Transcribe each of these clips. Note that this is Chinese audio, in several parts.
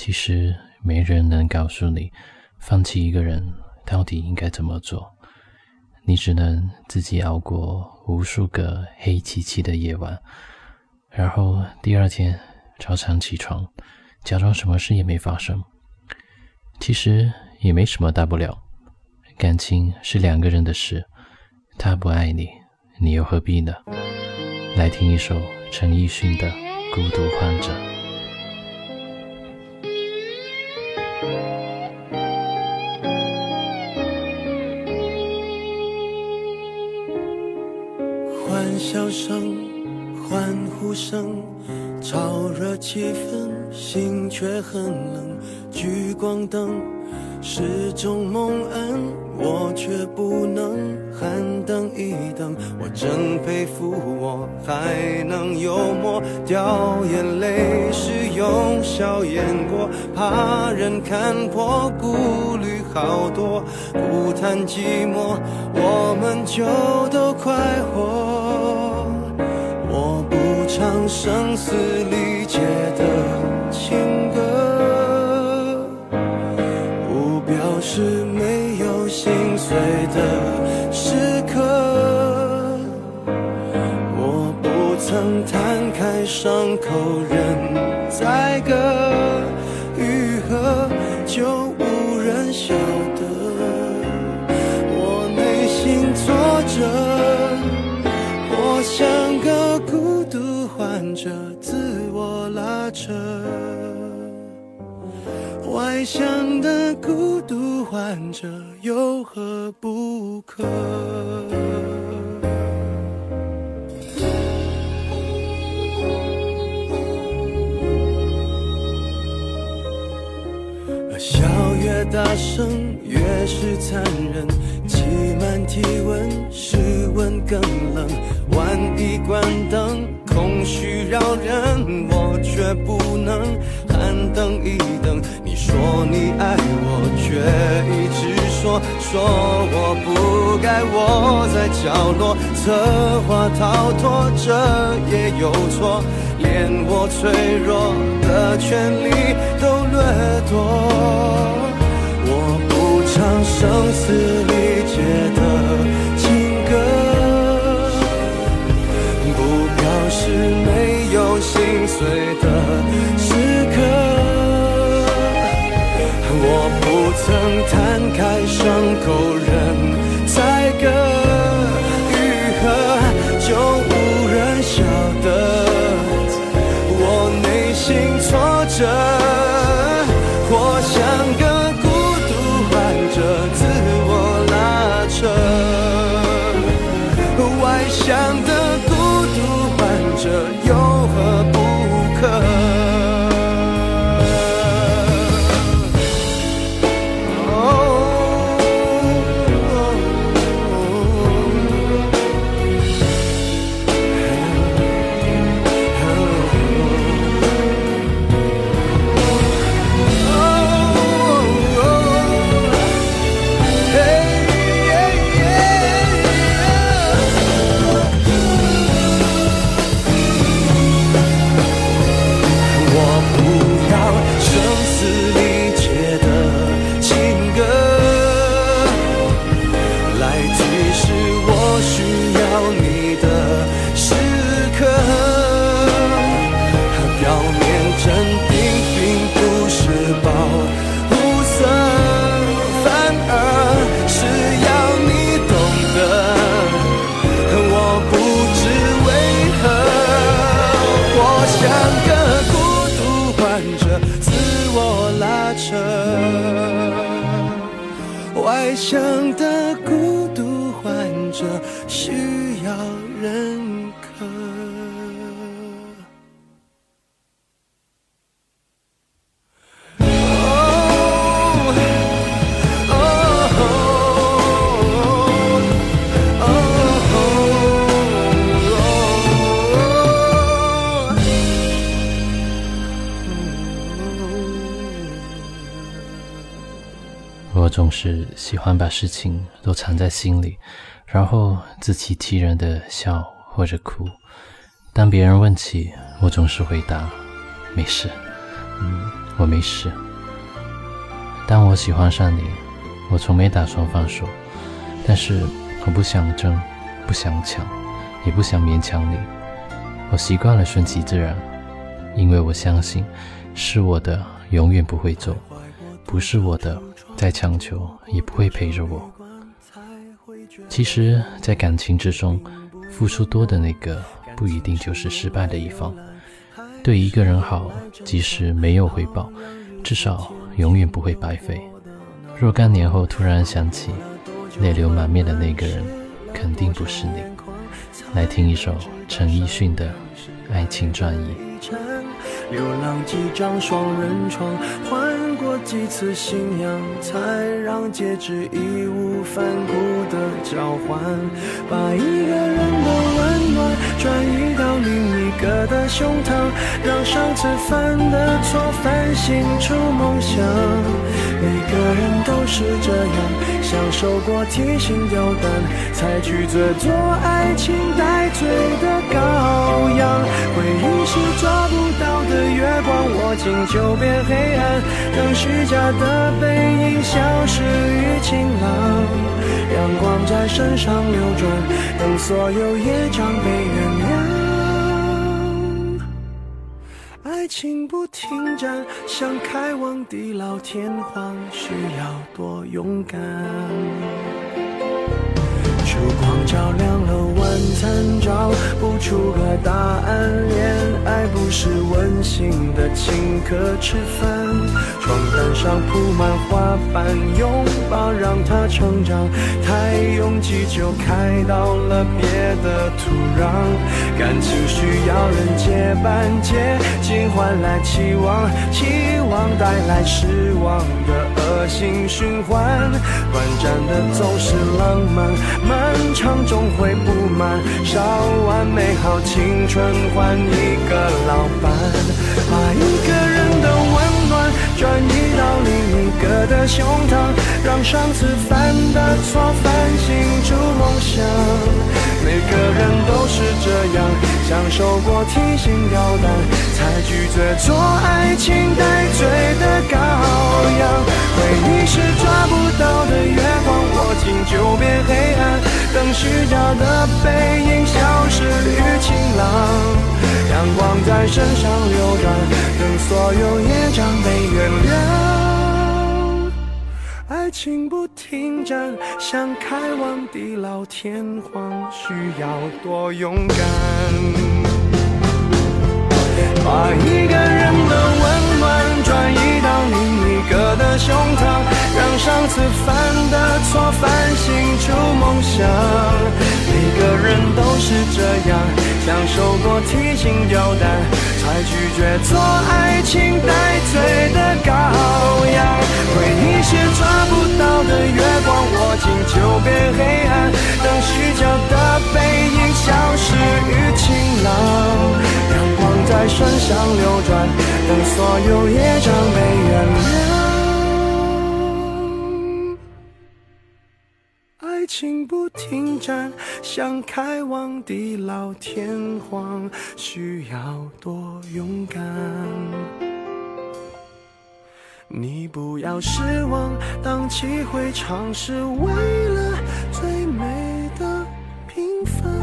其实没人能告诉你放弃一个人到底应该怎么做，你只能自己熬过无数个黑漆漆的夜晚，然后第二天照常起床，假装什么事也没发生。其实也没什么大不了，感情是两个人的事，他不爱你，你又何必呢？来听一首陈奕迅的《孤独患者》。 欢笑声，欢呼声，炒热气氛，心却很冷。聚光灯是种蒙恩，我却不能喊等一等。我真佩服我还能幽默，掉眼泪是用笑掩过，怕人看破，顾虑好多，不谈寂寞，我们就都快活。我不唱声嘶力竭的情歌，不表示没有心碎的时刻，我不曾摊开伤口任宰割，愈合就无人晓得我内心挫折，我像个孤独患者，自我拉扯，外向的孤独患者有何不可？笑越大声越是残忍，挤满体温，室温更冷，万一关灯，空虚扰人，我却不能喊等一等。你说你爱我，却一直说我不该窝在角落，策划逃脱，这也有错，连我脆弱的权利都掠夺。我不唱声嘶力竭的情歌，不表示没有心碎的时刻，我不曾摊开伤口任宰割，愈合就无人晓得我内心挫折，我像个孤独患者，自我拉扯，外向的孤独患者有何不可？外向的孤独患者需要认可。 我总是喜欢把事情都藏在心里，然后自欺欺人的笑或者哭。当别人问起，我总是回答没事。 我没事。当我喜欢上你，我从没打算放手，但是我不想争，不想抢，也不想勉强你。我习惯了顺其自然，因为我相信是我的永远不会走，不是我的再强求也不会陪着我。其实在感情之中，付出多的那个不一定就是失败的一方。对一个人好，即使没有回报，至少永远不会白费。若干年后突然想起泪流满面的那个人，肯定不是你。来听一首陈奕迅的《爱情转移》。 流浪几张双人床，换过几次信仰，才让戒指义无反顾的交换。把一个人的温暖转移到另一个的胸膛，让上次犯的错反省出梦想。每个人都是这样，享受过提心吊胆，才拒绝做爱情带罪的羔羊。回忆是抓不到的月光，握紧就变黑暗，等虚假的背影消失于晴朗。阳光在身上流转，等所有业障被原谅。爱情不停站，想开往地老天荒，需要多勇敢。烛光照亮了晚餐，找不出个答案。恋爱不是温馨的请客吃饭，床单上铺满花瓣，拥抱让它成长。太拥挤就开到了别的土壤，感情需要人接班，接近换来期望，期望带来失望的恶性循环。短暂的总是浪漫，漫长终会不满，烧完美好青春换一个老伴。把一个人的温暖转移到另一个的胸膛，让上次犯的错反省出梦想。每个人都是这样，享受过提心吊胆，才拒绝做爱情带罪的羔羊。回忆是抓不到的月光，握紧就变黑暗，等虚假的背影消失于晴朗。阳光在身上流转，等所有业障被原谅。爱情不停站，想开往地老天荒，需要多勇敢。把一个人的温暖转移到另一个的胸膛，让上次犯的错反省出梦想。每个人都是这样，享受过提心吊胆，才拒绝做爱情带罪的羔羊。回忆是抓不到的月光，握紧就变黑暗，等虚假的背影消失于晴朗。阳光在身上流转，等所有业障被原谅。爱情不停站，想开往地老天荒，需要多勇敢。你不要失望，荡气回肠是为了最美的平凡。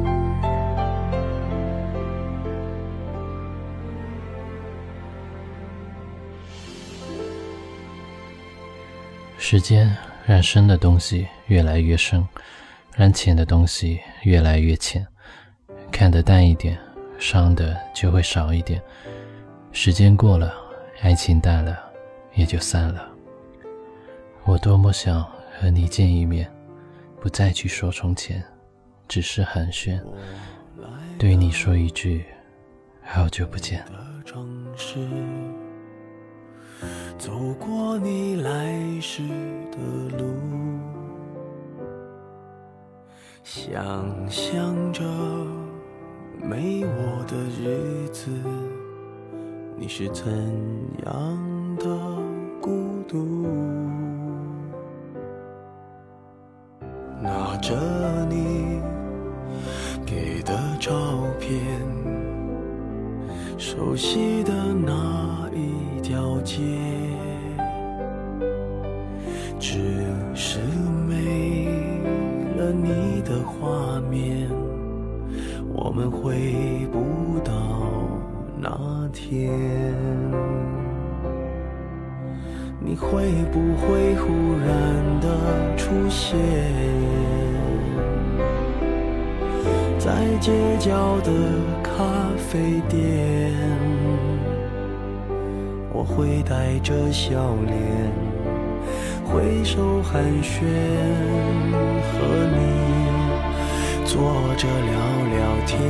时间让深的东西越来越深，让浅的东西越来越浅。看得淡一点，伤的就会少一点。时间过了，爱情淡了，也就散了。我多么想和你见一面，不再去说从前，只是寒暄，对你说一句好久不见。 走过你来时的路，想象着没我的日子，你是怎样的孤独。拿着你给的照片，熟悉的那一条解，只是没了你的画面，我们回不到那天。你会不会忽然的出现在街角的咖啡店？我会带着笑脸挥手寒暄，和你坐着聊聊天。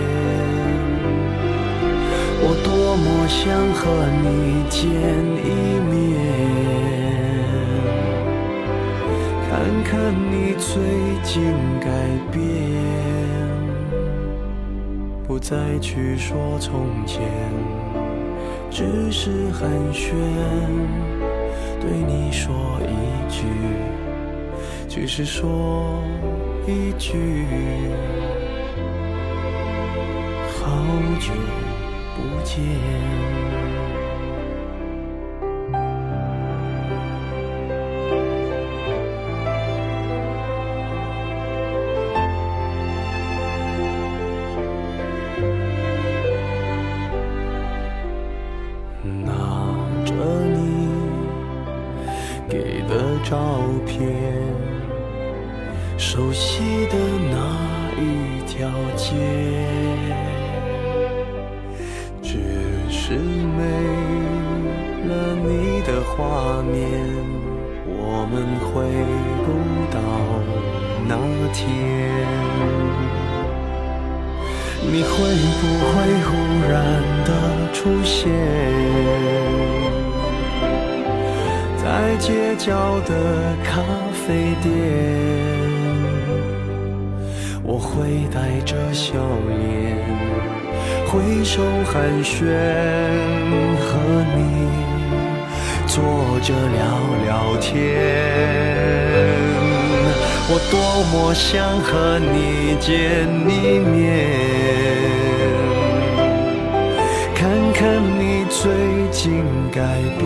我多么想和你见一面，看看你最近改变，不再去说从前，只是寒暄，对你说一句，只是说一句，好久不见。拿着你给的照片，熟悉的那一条街，只是没了你的画面，我们回不到那天。你会不会忽然的出现在街角的咖啡店？我会带着笑脸挥手寒暄，和你坐着聊聊天。我多么想和你见一面，看看你最近改变，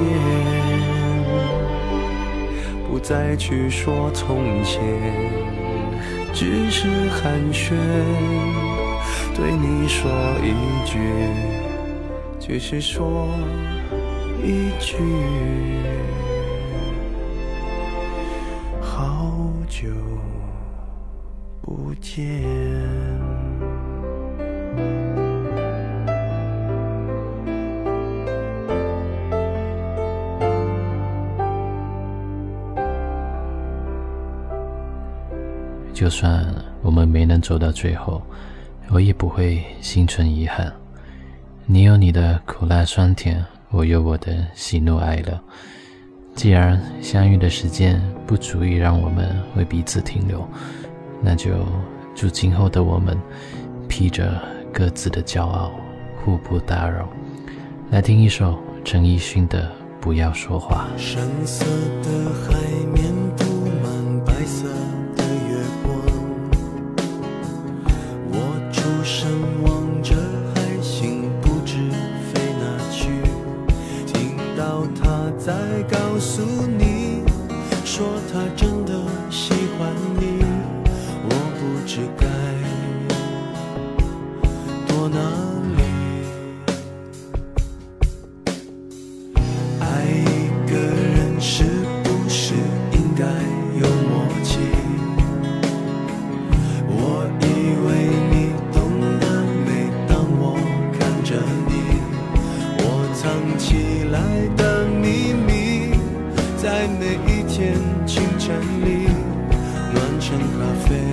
不再去说从前，只是寒暄，对你说一句，只是说一句，好久不见。 就算我们没能走到最后，我也不会心存遗憾。你有你的苦辣酸甜，我有我的喜怒哀乐。既然相遇的时间不足以让我们为彼此停留，那就祝今后的我们披着各自的骄傲，互不打扰。来听一首陈奕迅的《不要说话》。 深色的海面布满白色的月光，我出神望着海星不知飞哪去，听到他在告诉你，说他真的喜欢你，我不知该躲哪里。爱一个人是不是应该有默契？我以为你懂得，每当我看着你，我藏起来的秘密，在每一天清晨里暖成咖啡，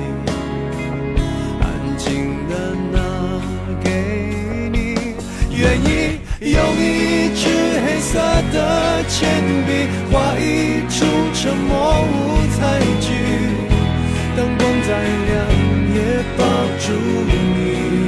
安静的拿给你。愿意用一支黑色的铅笔画一出沉默舞台剧，灯光再亮也抱住你。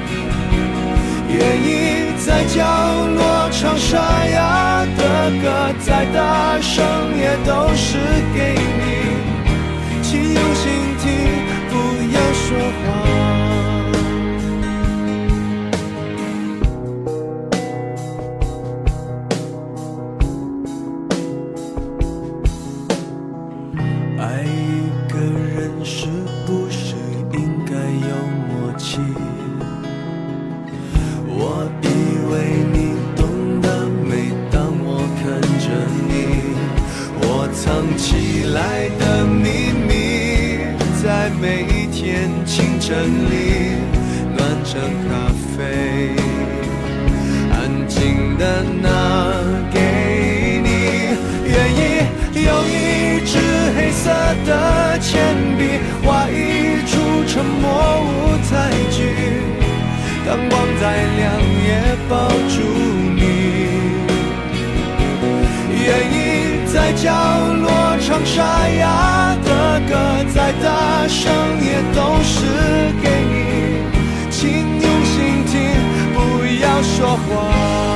愿意在角落唱沙哑的歌，再大声也都是给你，请用心听，不要说话。 真理暖成咖啡，安静的拿给你。愿意用一支黑色的铅笔画一出沉默舞台剧，当光再亮也抱住你。愿意在角落唱沙哑的歌，再大声也都是给你，请用心听，不要说话。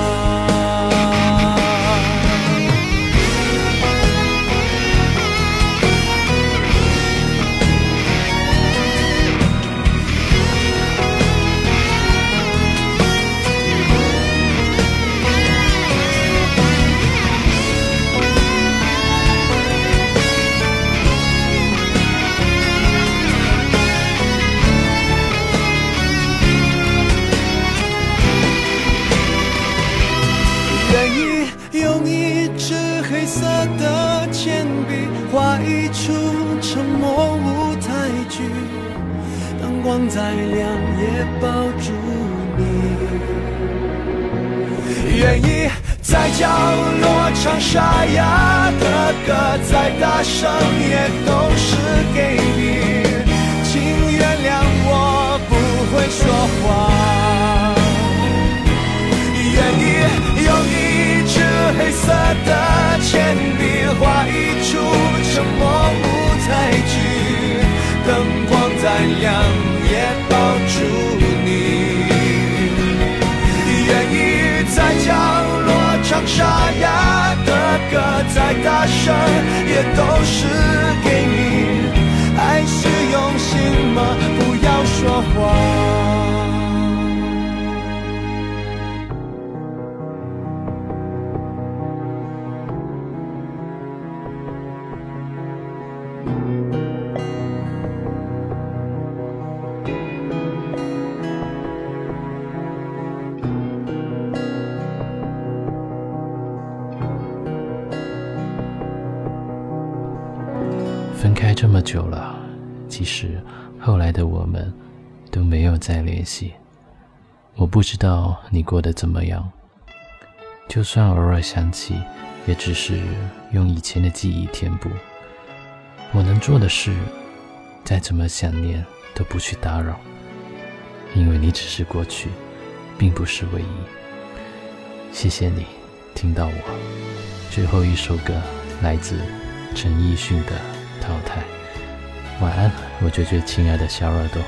画一出沉默舞台剧，当光再亮也抱住你。愿意在角落唱沙哑的歌，再大声也都是给你，请原谅我不会说话。愿意用一支黑色的铅笔画一出沉默舞台剧，灯光再亮也抱住你。愿意在角落唱沙哑的歌，再大声也都是给你。爱是用心吗？不要说话。 分开这么久了，其实后来的我们都没有再联系。我不知道你过得怎么样，就算偶尔想起，也只是用以前的记忆填补。我能做的事，再怎么想念都不去打扰，因为你只是过去，并不是唯一。谢谢你听到我。最后一首歌来自陈奕迅的淘汰。晚安，我最最亲爱的小耳朵。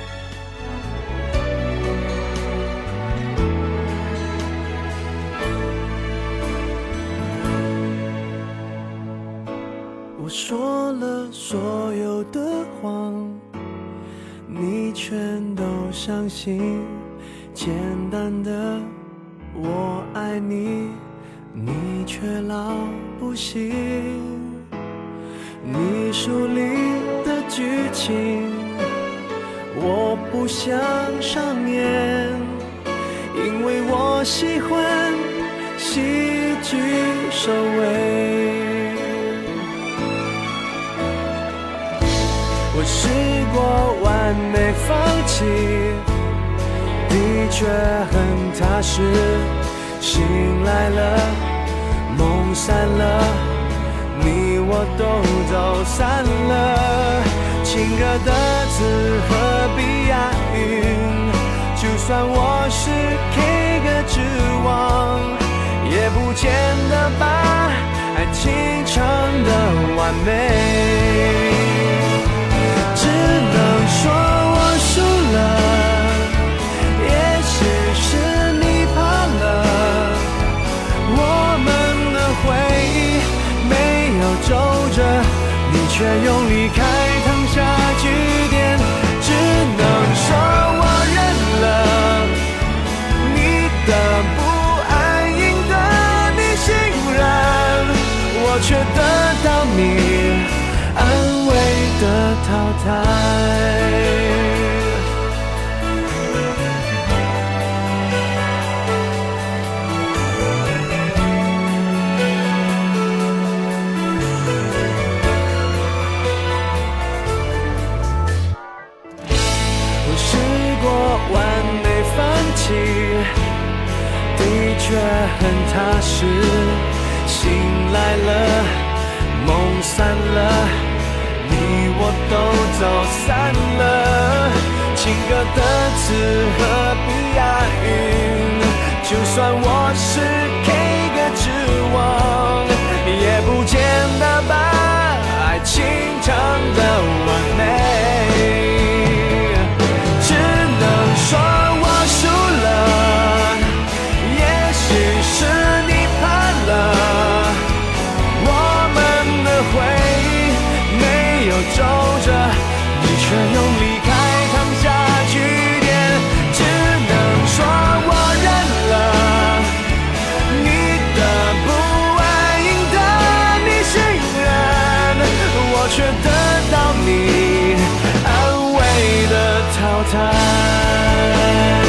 我说了所有的谎，你全都相信，简单的我爱你，你却老不信。你书里的剧情我不想上演，因为我喜欢戏剧收尾。我试过完美放弃，的确很踏实，醒来了，梦散了，你我都走散了，情歌的词何必押韵？就算我是 K 歌之王，也不见得把爱情唱得完美。只能说我输了，也许是你怕了，我们的回忆没有皱褶，你却用离开烫下句点。只能说我认了，你的不安赢得你欣然，我却得到你安慰的淘汰。我试都走散了，情歌的词何必押韵？就算我是 K 歌之王，也不见得把爱情唱得完美。只能说我输了，也许是你怕了，我们的回忆没有皱着，你却用离开烫下句点。只能说我认了，你的不安赢得你信任，我却得到你安慰的淘汰。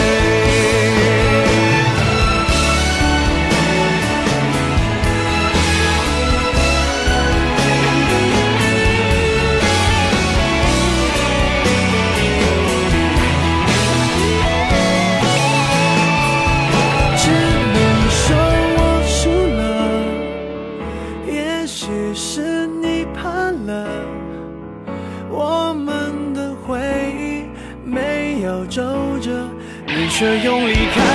却用离开